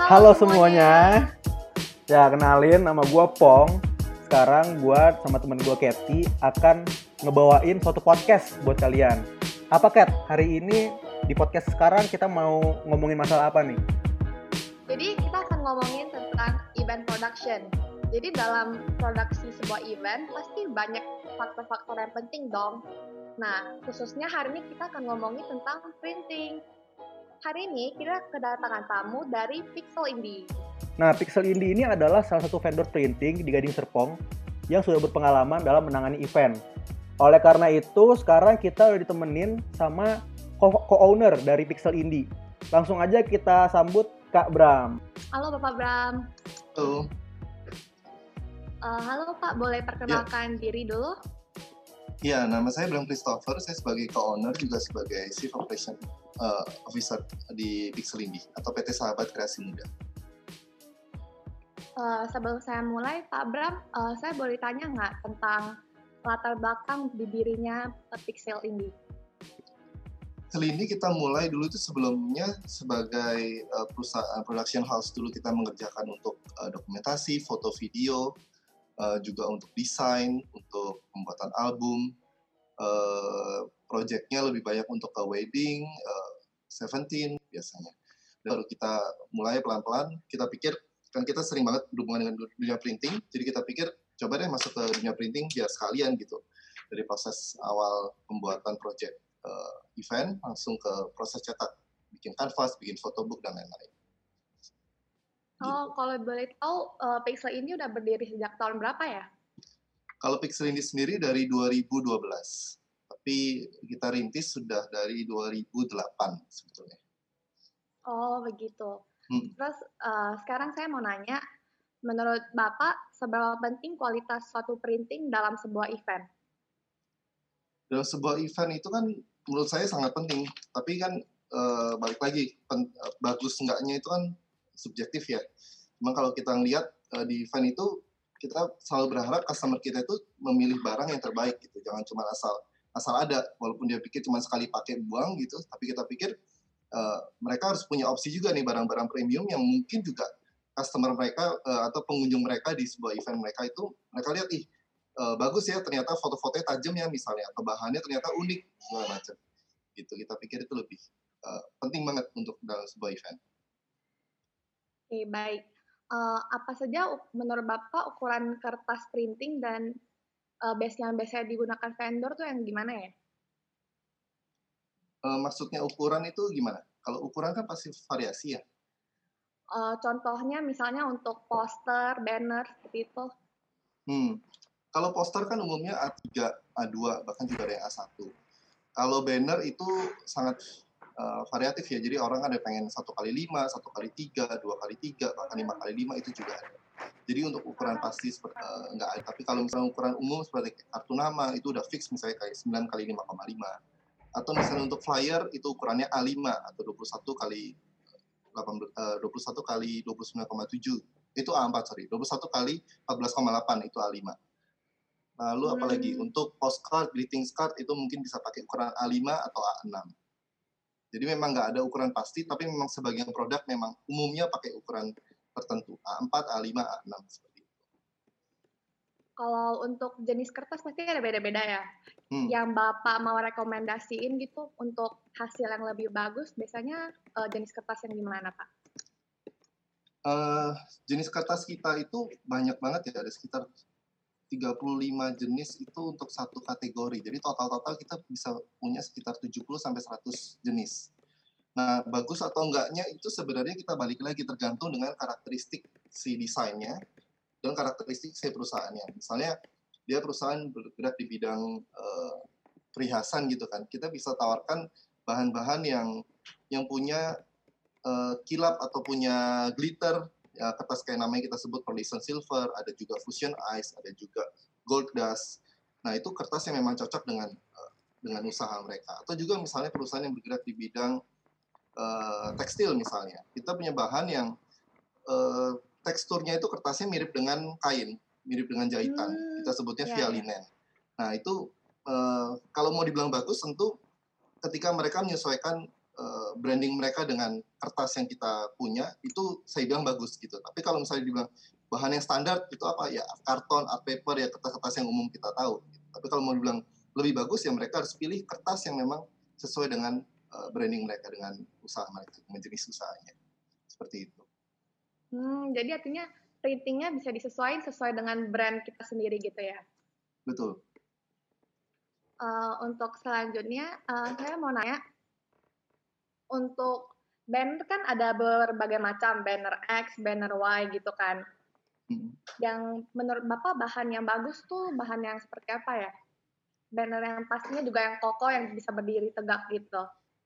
Halo semuanya. Ya, kenalin nama gue Pong. Sekarang gue sama temen gue Kathy akan ngebawain suatu podcast buat kalian. Apa Kat? Hari ini di podcast sekarang kita mau ngomongin masalah apa nih? Jadi kita akan ngomongin tentang event production. Jadi dalam produksi sebuah event pasti banyak faktor-faktor yang penting dong. Nah, khususnya hari ini kita akan ngomongin tentang printing. Hari ini kita kedatangan tamu dari Pixel Indie. Nah, Pixel Indie ini adalah salah satu vendor printing di Gading Serpong yang sudah berpengalaman dalam menangani event. Oleh karena itu, sekarang kita udah ditemenin sama co-owner dari Pixel Indie. Langsung aja kita sambut Kak Bram. Halo Bapak Bram. Halo. Halo Pak, boleh perkenalkan diri dulu? Ya, nama saya Bram Christopher. Saya sebagai co-owner juga sebagai Chief Operation Officer di Pixel Indie atau PT Sahabat Kreasi Muda. Sebelum saya mulai, Pak Bram, saya boleh tanya nggak tentang latar belakang didirinya Pixel Indie? Pixel Indie kita mulai dulu itu sebelumnya sebagai perusahaan production house dulu, kita mengerjakan untuk dokumentasi, foto, video, juga untuk desain, untuk pembuatan album, projectnya lebih banyak untuk ke wedding, 17 biasanya. Baru kita mulai pelan-pelan, kita pikir, kan kita sering banget berhubungan dengan dunia printing, jadi kita pikir coba deh masuk ke dunia printing biar sekalian gitu. Dari proses awal pembuatan project event, langsung ke proses cetak, bikin kanvas, bikin photobook, dan lain-lain. Oh, kalau boleh tahu, Pixel Indie udah berdiri sejak tahun berapa ya? Kalau Pixel Indie sendiri dari 2012, tapi kita rintis sudah dari 2008 sebetulnya. Oh, begitu. Terus sekarang saya mau nanya, menurut Bapak, seberapa penting kualitas suatu printing dalam sebuah event? Dalam sebuah event itu kan menurut saya sangat penting, tapi kan balik lagi, bagus enggaknya itu kan subjektif ya. Memang kalau kita ngelihat di event itu, kita selalu berharap customer kita itu memilih barang yang terbaik gitu. Jangan cuma asal ada, walaupun dia pikir cuma sekali pakai buang gitu, tapi kita pikir mereka harus punya opsi juga nih barang-barang premium yang mungkin juga customer mereka atau pengunjung mereka di sebuah event mereka itu, mereka lihat bagus ya, ternyata foto-fotonya tajam ya misalnya, atau bahannya ternyata unik segala macam. Gitu, kita pikir itu lebih penting banget untuk dalam sebuah event. Oke, baik. Apa saja menurut Bapak ukuran kertas printing dan yang biasanya digunakan vendor tuh yang gimana ya? Maksudnya ukuran itu gimana? Kalau ukuran kan pasti variasi ya. Contohnya misalnya untuk poster, banner, seperti itu. Kalau poster kan umumnya A3, A2, bahkan juga ada yang A1. Kalau banner itu sangat variatif ya, jadi orang ada pengen 1x5, 1x3, 2x3, bahkan 5x5 itu juga ada. Jadi untuk ukuran pasti nggak ada, tapi kalau misalnya ukuran umum seperti kartu nama itu udah fix, misalnya kayak 9x5,5. Atau misalnya untuk flyer itu ukurannya A5 atau 21x29,7 itu A4, 21x14,8 itu A5. Lalu apalagi untuk postcard, greetings card itu mungkin bisa pakai ukuran A5 atau A6. Jadi memang nggak ada ukuran pasti, tapi memang sebagian produk memang umumnya pakai ukuran tertentu, A4, A5, A6 seperti itu. Kalau untuk jenis kertas pasti ada beda-beda ya. Yang Bapak mau rekomendasiin gitu untuk hasil yang lebih bagus, biasanya jenis kertas yang gimana, Pak? Jenis kertas kita itu banyak banget ya, ada sekitar 35 jenis itu untuk satu kategori. Jadi total kita bisa punya sekitar 70-100 jenis. Nah, bagus atau enggaknya itu sebenarnya kita balik lagi tergantung dengan karakteristik si desainnya dan karakteristik si perusahaannya. Misalnya dia perusahaan bergerak di bidang perhiasan gitu kan. Kita bisa tawarkan bahan-bahan yang punya kilap atau punya glitter. Ya, kertas kayak namanya kita sebut pearlescent silver, ada juga fusion ice, ada juga gold dust. Nah, itu kertas yang memang cocok dengan usaha mereka. Atau juga misalnya perusahaan yang bergerak di bidang tekstil misalnya. Kita punya bahan yang teksturnya itu kertasnya mirip dengan kain, mirip dengan jahitan. Kita sebutnya via linen. Nah, itu kalau mau dibilang bagus tentu ketika mereka menyesuaikan branding mereka dengan kertas yang kita punya, itu saya bilang bagus gitu. Tapi kalau misalnya dibilang bahan yang standar itu apa ya, karton, art paper, ya kertas-kertas yang umum kita tahu gitu. Tapi kalau mau dibilang lebih bagus ya mereka harus pilih kertas yang memang sesuai dengan branding mereka, dengan usaha mereka, dengan jenis usahanya, seperti itu. Jadi artinya printingnya bisa disesuaikan sesuai dengan brand kita sendiri gitu ya. Betul. Untuk selanjutnya saya mau nanya, untuk banner kan ada berbagai macam, banner X, banner Y gitu kan. Yang menurut Bapak bahan yang bagus tuh bahan yang seperti apa ya? Banner yang pastinya juga yang kokoh, yang bisa berdiri tegak gitu.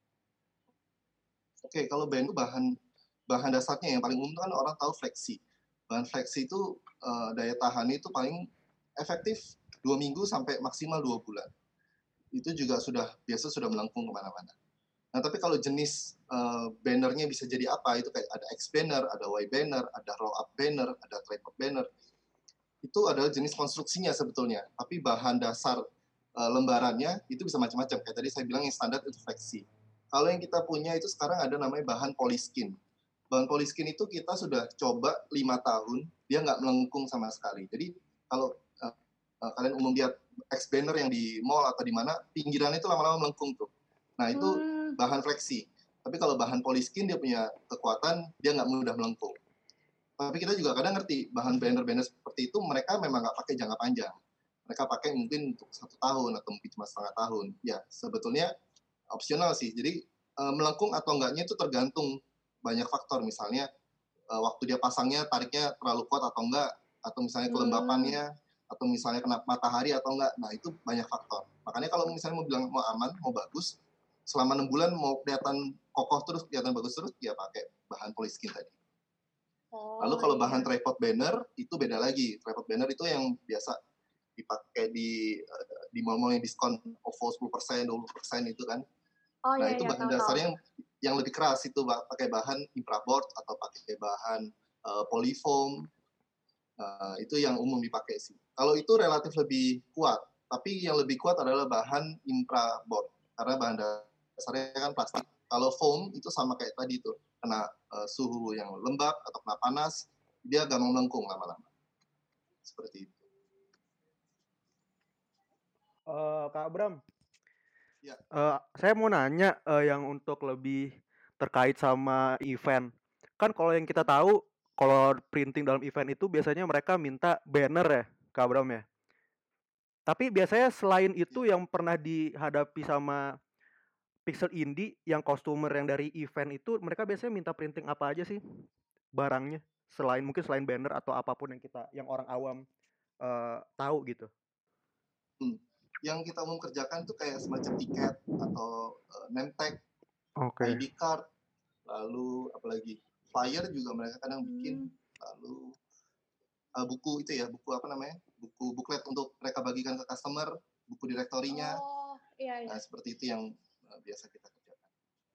Oke, kalau banner itu bahan dasarnya yang paling umum kan orang tahu fleksi. Bahan fleksi itu daya tahannya itu paling efektif 2 minggu sampai maksimal 2 bulan. Itu juga biasa sudah melengkung kemana-mana. Nah, tapi kalau jenis bannernya bisa jadi apa, itu kayak ada X banner, ada Y banner, ada roll up banner, ada tripod banner. Itu adalah jenis konstruksinya sebetulnya. Tapi bahan dasar lembarannya itu bisa macam-macam. Kayak tadi saya bilang yang standar itu fleksi. Kalau yang kita punya itu sekarang ada namanya bahan polyskin. Bahan polyskin itu kita sudah coba 5 tahun, dia nggak melengkung sama sekali. Jadi kalau kalian umum lihat X banner yang di mall atau di mana, pinggirannya itu lama-lama melengkung tuh. Nah, itu bahan fleksi. Tapi kalau bahan polyskin dia punya kekuatan, dia nggak mudah melengkung. Tapi kita juga kadang ngerti, bahan banner-banner seperti itu mereka memang nggak pakai jangka panjang. Mereka pakai mungkin untuk 1 tahun atau mungkin cuma setengah tahun. Ya, sebetulnya opsional sih. Jadi melengkung atau enggaknya itu tergantung banyak faktor. Misalnya waktu dia pasangnya, tariknya terlalu kuat atau enggak, atau misalnya kelembapannya, atau misalnya kena matahari atau enggak. Nah, itu banyak faktor. Makanya kalau misalnya mau bilang mau aman, mau bagus, selama 6 bulan mau kelihatan kokoh terus, kelihatan bagus terus, ya pakai bahan polyskin tadi. Lalu kalau bahan tripod banner, itu beda lagi. Tripod banner itu yang biasa dipakai di mall-mall yang diskon OVO 10%, 20% itu kan. Nah, itu bahan dasarnya yang lebih keras, itu pakai bahan infraboard atau pakai bahan polyfoam. Itu yang umum dipakai sih. Kalau itu relatif lebih kuat, tapi yang lebih kuat adalah bahan infraboard karena bahan dasarnya kan plastik. Kalau foam itu sama kayak tadi tuh, kena suhu yang lembab atau kena panas, dia gampang melengkung lama-lama. Seperti itu. Kak Abram, ya. Saya mau nanya yang untuk lebih terkait sama event. Kan kalau yang kita tahu, kalau printing dalam event itu biasanya mereka minta banner ya, Kak Abram ya. Tapi biasanya selain itu yang pernah dihadapi sama Pixel Indie, yang customer yang dari event itu, mereka biasanya minta printing apa aja sih barangnya? Mungkin selain banner atau apapun yang orang awam tahu gitu. Yang kita umum kerjakan tuh kayak semacam tiket atau name tag, ID card, lalu apalagi flyer juga mereka kadang bikin, lalu buku itu ya, buku apa namanya, buku booklet untuk mereka bagikan ke customer, buku direktorinya. Nah, seperti itu yang biasa kita kerjakan.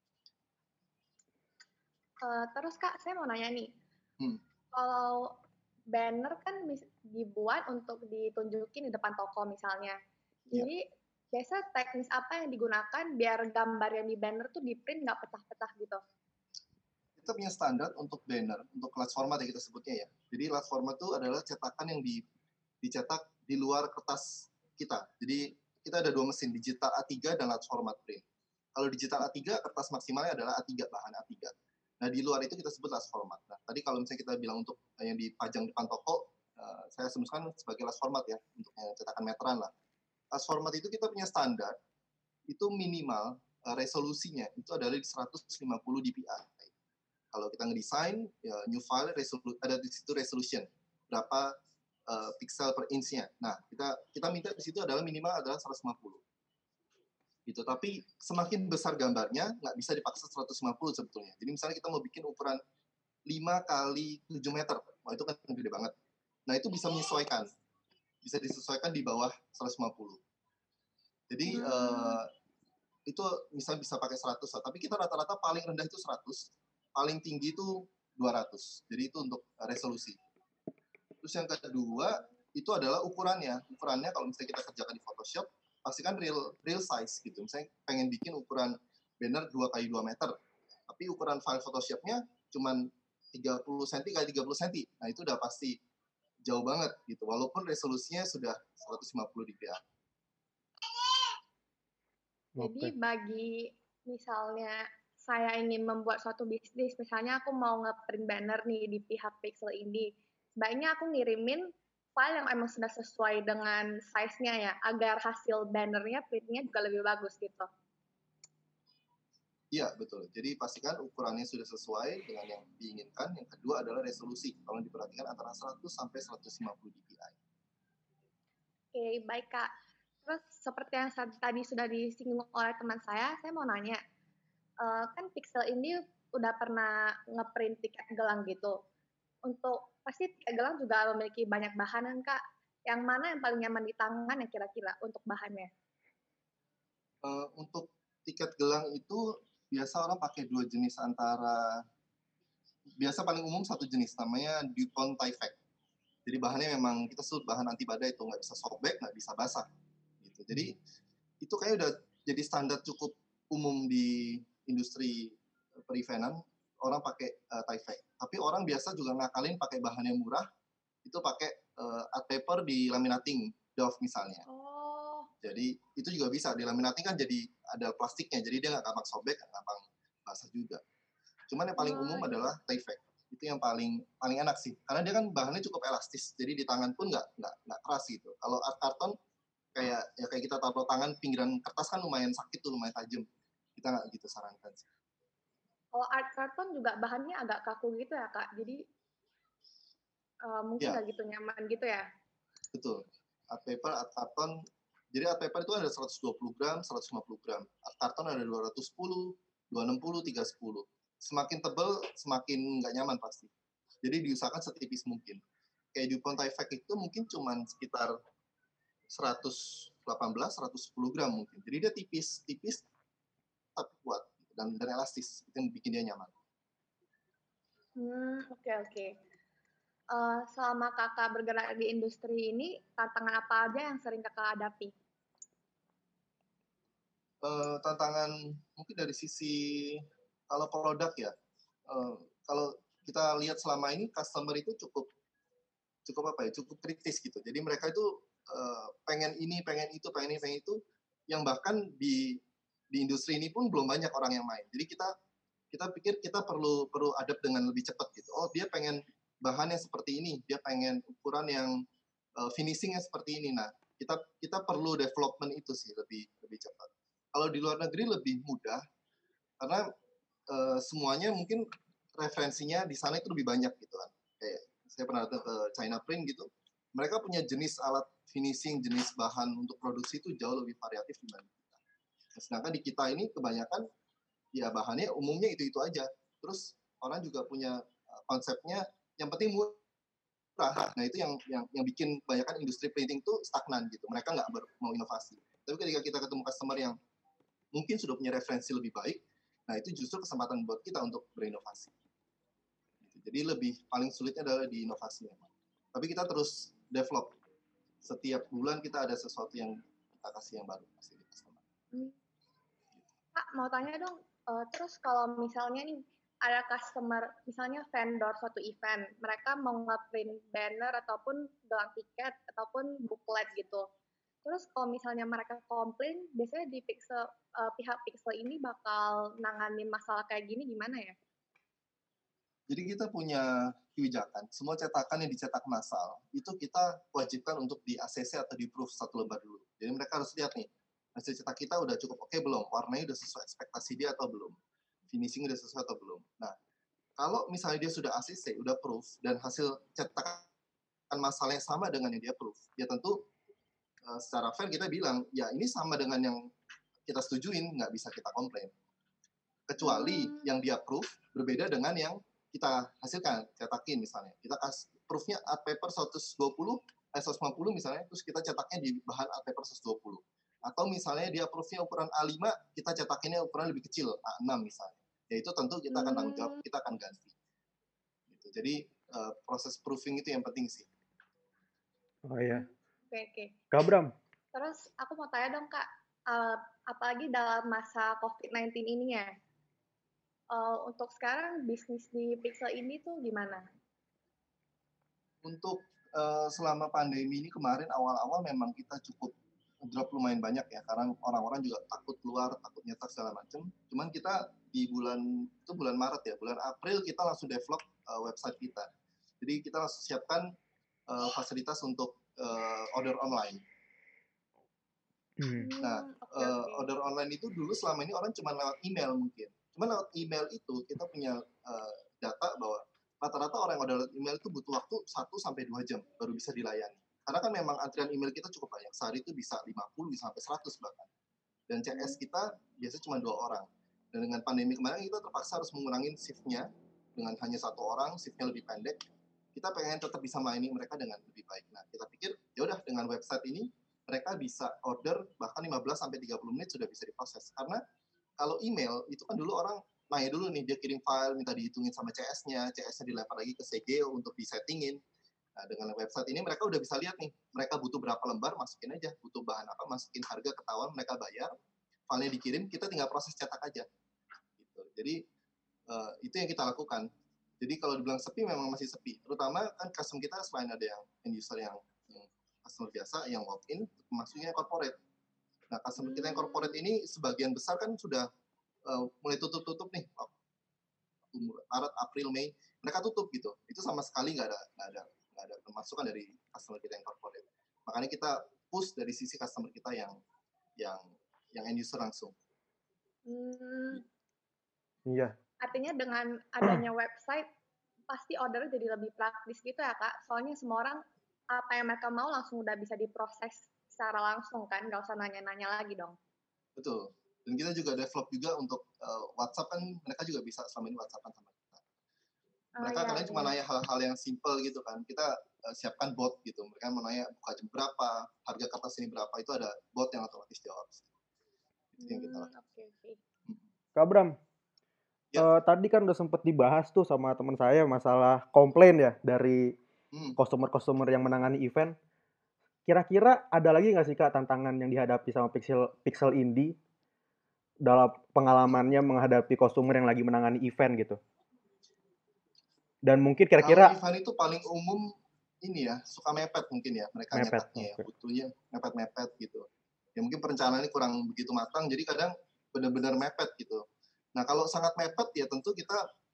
Terus Kak, saya mau nanya nih, kalau banner kan dibuat untuk ditunjukin di depan toko misalnya. Jadi biasa teknis apa yang digunakan biar gambar yang di banner tuh di print nggak pecah-pecah gitu? Kita punya standar untuk banner, untuk large format yang kita sebutnya ya. Jadi large format itu adalah cetakan yang dicetak di luar kertas kita. Jadi kita ada 2 mesin, digital A3 dan large format print. Kalau digital A3, kertas maksimalnya adalah A3, bahan A3. Nah, di luar itu kita sebut large format. Nah, tadi kalau misalnya kita bilang untuk yang dipajang depan toko, saya sebutkan sebagai large format ya, untuk yang cetakan meteran lah. Large format itu kita punya standar, itu minimal resolusinya itu adalah di 150 dpi. Kalau kita ngedesain, ya, new file ada di situ resolution, berapa pixel per inch-nya. Nah, kita minta di situ adalah minimal adalah 150. Gitu. Tapi semakin besar gambarnya, nggak bisa dipaksa 150 sebetulnya. Jadi misalnya kita mau bikin ukuran 5 kali 7 meter, wah itu kan gede banget. Nah, itu bisa menyesuaikan. Bisa disesuaikan di bawah 150. Jadi itu misalnya bisa pakai 100, tapi kita rata-rata paling rendah itu 100, paling tinggi itu 200. Jadi itu untuk resolusi. Terus yang kedua, itu adalah ukurannya. Ukurannya kalau misalnya kita kerjakan di Photoshop, pastikan real size gitu. Misalnya pengen bikin ukuran banner 2x2 meter, tapi ukuran file Photoshop-nya cuman 30 cm kali 30 cm. Nah, itu udah pasti jauh banget gitu, walaupun resolusinya sudah 150 dpi. Jadi Oke. bagi misalnya saya ingin membuat suatu bisnis, misalnya aku mau nge-print banner nih di pihak Pixel ini, sebaiknya aku ngirimin file yang emang sudah sesuai dengan size-nya ya, agar hasil bannernya, printnya juga lebih bagus gitu. Iya, betul. Jadi pastikan ukurannya sudah sesuai dengan yang diinginkan. Yang kedua adalah resolusi. Kalau diperhatikan antara 100 sampai 150 dpi. Oke, baik Kak. Terus seperti yang tadi sudah disinggung oleh teman saya mau nanya, kan Pixel ini udah pernah ngeprint tiket gelang gitu. Untuk pasti tiket gelang juga memiliki banyak bahan kan Kak. Yang mana yang paling nyaman di tangan ya kira-kira untuk bahannya? Untuk tiket gelang itu biasa orang pakai dua jenis, biasa paling umum satu jenis, namanya DuPont Tyvek. Jadi bahannya memang kita sebut bahan anti badai, itu nggak bisa sobek, nggak bisa basah. Gitu. Jadi itu kayak udah jadi standar cukup umum di industri perivenan, orang pakai Tyvek. Tapi orang biasa juga ngakalin pakai bahan yang murah, itu pakai art paper di laminating, Dove misalnya. Oh. Jadi itu juga bisa, di laminating kan jadi ada plastiknya, jadi dia nggak gampang sobek, nggak gampang basah juga. Cuman yang paling umum adalah Tyvek. Itu yang paling enak sih, karena dia kan bahannya cukup elastis, jadi di tangan pun nggak keras gitu. Kalau art karton kayak kita taruh tangan pinggiran kertas kan lumayan sakit tuh, lumayan tajam. Kita nggak gitu sarankan sih. Kalau art carton juga bahannya agak kaku gitu ya Kak, jadi mungkin Ya, nggak gitu nyaman gitu ya? betul. Art paper, art karton, jadi art paper itu ada 120 gram, 150 gram. Art karton ada 210, 260, 310. Semakin tebal, semakin nggak nyaman pasti. Jadi diusahakan setipis mungkin. Kayak DuPont Tyvek itu mungkin cuma sekitar 118, 110 gram mungkin. Jadi dia tipis tapi kuat dan elastis. Itu yang bikin dia nyaman. Oke. Selama Kakak bergerak di industri ini, tantangan apa aja yang sering Kakak hadapi? Tantangan mungkin dari sisi kalau produk ya, kalau kita lihat selama ini customer itu cukup kritis gitu. Jadi mereka itu pengen ini, pengen itu, yang bahkan di industri ini pun belum banyak orang yang main. Jadi kita pikir kita perlu adapt dengan lebih cepat gitu. Oh, dia pengen bahannya seperti ini, dia pengen ukuran yang finishingnya seperti ini. Nah, kita perlu development itu sih lebih cepat. Kalau di luar negeri lebih mudah karena semuanya mungkin referensinya di sana itu lebih banyak gitu kan. Kayak saya pernah datang ke China Print gitu, mereka punya jenis alat finishing, jenis bahan untuk produksi itu jauh lebih variatif dibanding kita. Nah, sedangkan di kita ini kebanyakan ya bahannya umumnya itu aja. Terus orang juga punya konsepnya yang penting murah. Nah, itu yang bikin kebanyakan industri printing itu stagnan gitu. Mereka nggak mau inovasi. Tapi ketika kita ketemu customer yang mungkin sudah punya referensi lebih baik, nah itu justru kesempatan buat kita untuk berinovasi. Jadi paling sulitnya adalah di inovasi memang. Tapi kita terus develop. Setiap bulan kita ada sesuatu yang kita kasih yang baru kasih di customer. Kak, mau tanya dong, terus kalau misalnya nih ada customer, misalnya vendor suatu event, mereka mau nge-print banner ataupun gelang tiket ataupun booklet gitu. Terus kalau misalnya mereka komplain, biasanya di pihak Pixel ini bakal nanganin masalah kayak gini gimana ya? Jadi kita punya kebijakan, semua cetakan yang dicetak massal, itu kita wajibkan untuk di ACC atau di proof satu lembar dulu. Jadi mereka harus lihat nih, hasil cetak kita udah cukup oke belum, warnanya udah sesuai ekspektasi dia atau belum, finishing udah sesuai atau belum. Nah, kalau misalnya dia sudah ACC, udah proof, dan hasil cetakan massalnya sama dengan yang dia proof, ya tentu secara fair kita bilang, ya ini sama dengan yang kita setujuin, nggak bisa kita komplain. Kecuali yang dia proof berbeda dengan yang kita hasilkan, cetakin misalnya. Kita kasih proofnya art paper 150 misalnya, terus kita cetaknya di bahan art paper 120. Atau misalnya dia proofnya ukuran A5, kita cetakinnya ukuran lebih kecil, A6 misalnya. Ya itu tentu kita akan tanggung jawab, kita akan ganti. Gitu. Jadi proses proofing itu yang penting sih. Oh iya. Oke. Kak Bram. Terus aku mau tanya dong Kak, apalagi dalam masa COVID-19 ini ya. Untuk sekarang bisnis di Pixel ini tuh gimana? Untuk selama pandemi ini kemarin awal-awal memang kita cukup drop lumayan banyak ya, karena orang-orang juga takut keluar, takut nyetak segala macam. Cuman kita di bulan Maret ya, bulan April kita langsung develop website kita. Jadi kita langsung siapkan fasilitas untuk order online. Nah, order online itu dulu selama ini orang cuma lewat email mungkin. Cuma lewat email itu kita punya data bahwa rata-rata orang yang order lewat email itu butuh waktu 1-2 jam baru bisa dilayani. Karena kan memang antrian email kita cukup banyak. Sehari itu bisa 50 sampai 100 bahkan. Dan CS kita biasanya cuma 2 orang. Dan dengan pandemi kemarin kita terpaksa harus mengurangi shift-nya dengan hanya 1 orang, shift-nya lebih pendek. Kita pengen tetap bisa melayani mereka dengan lebih baik. Nah, kita pikir ya udah dengan website ini mereka bisa order bahkan 15 sampai 30 menit sudah bisa diproses. Karena kalau email itu kan dulu orang nanya dulu nih, dia kirim file minta dihitungin sama CS-nya dilempar lagi ke CGO untuk disettingin. Nah, dengan website ini mereka udah bisa lihat nih, mereka butuh berapa lembar, masukin aja. Butuh bahan apa, masukin harga, ketahuan, mereka bayar, filenya dikirim, kita tinggal proses cetak aja. Gitu. Jadi, itu yang kita lakukan. Jadi kalau dibilang sepi, memang masih sepi. Terutama kan custom kita selain ada yang end user yang customer biasa, yang walk-in, maksudnya corporate. Nah, customer kita yang corporate ini sebagian besar kan sudah mulai tutup-tutup nih. Maret, April, Mei, mereka tutup gitu. Itu sama sekali nggak ada pemasukan dari customer kita yang corporate. Makanya kita push dari sisi customer kita yang end user langsung. Iya. Artinya dengan adanya website pasti ordernya jadi lebih praktis gitu ya Kak. Soalnya semua orang apa yang mereka mau langsung udah bisa diproses secara langsung kan, nggak usah nanya-nanya lagi dong. Betul. Dan kita juga develop juga untuk WhatsApp kan, mereka juga bisa selama ini WhatsAppan sama kita. Mereka kadang cuma nanya hal-hal yang simple gitu kan. Kita siapkan bot gitu. Mereka mau nanya buka jam berapa, harga kertas ini berapa, itu ada bot yang otomatis jawab. Itu yang kita lakukan. Kak Bram, tadi kan udah sempat dibahas tuh sama teman saya masalah komplain ya dari customer yang menangani event. Kira-kira ada lagi nggak sih Kak tantangan yang dihadapi sama Pixel Indie dalam pengalamannya menghadapi customer yang lagi menangani event gitu? Dan mungkin kira-kira event itu paling umum ini ya, suka mepet mungkin ya, mereka nyetaknya ya, butuhnya mepet-mepet gitu. Ya mungkin perencanaannya kurang begitu matang, jadi kadang benar-benar mepet gitu. Nah, kalau sangat mepet ya tentu kita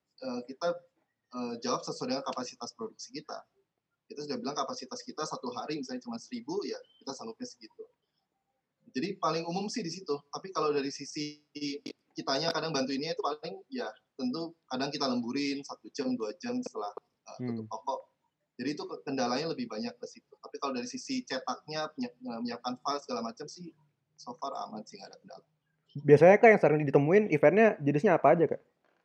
jawab sesuai dengan kapasitas produksi kita. Kita sudah bilang kapasitas kita satu hari misalnya cuma 1.000, ya kita sanggupnya segitu. Jadi paling umum sih di situ. Tapi kalau dari sisi kitanya kadang bantuinnya itu paling ya tentu kadang kita lemburin 1 jam 2 jam setelah tutup toko. Jadi itu kendalanya lebih banyak ke situ. Tapi kalau dari sisi cetaknya, menyiapkan file segala macam sih so far aman sih, nggak ada kendala. Biasanya Kak yang sering ditemuin eventnya jenisnya apa aja Kak?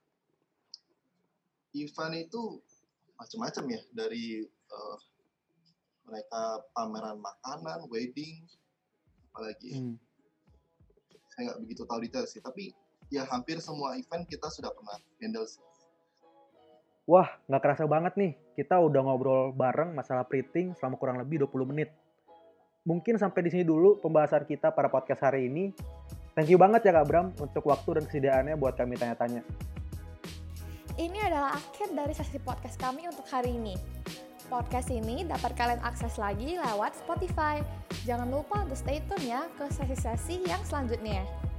Event itu macam-macam ya, dari mereka pameran makanan, wedding, apalagi saya nggak begitu tahu detail sih, tapi ya hampir semua event kita sudah pernah handle sih. Wah, nggak kerasa banget nih, kita udah ngobrol bareng masalah printing selama kurang lebih 20 menit. Mungkin sampai di sini dulu pembahasan kita pada podcast hari ini. Thank you banget ya Kak Bram untuk waktu dan kesediaannya buat kami tanya-tanya. Ini adalah akhir dari sesi podcast kami untuk hari ini. Podcast ini dapat kalian akses lagi lewat Spotify. Jangan lupa untuk stay tune ya ke sesi-sesi yang selanjutnya.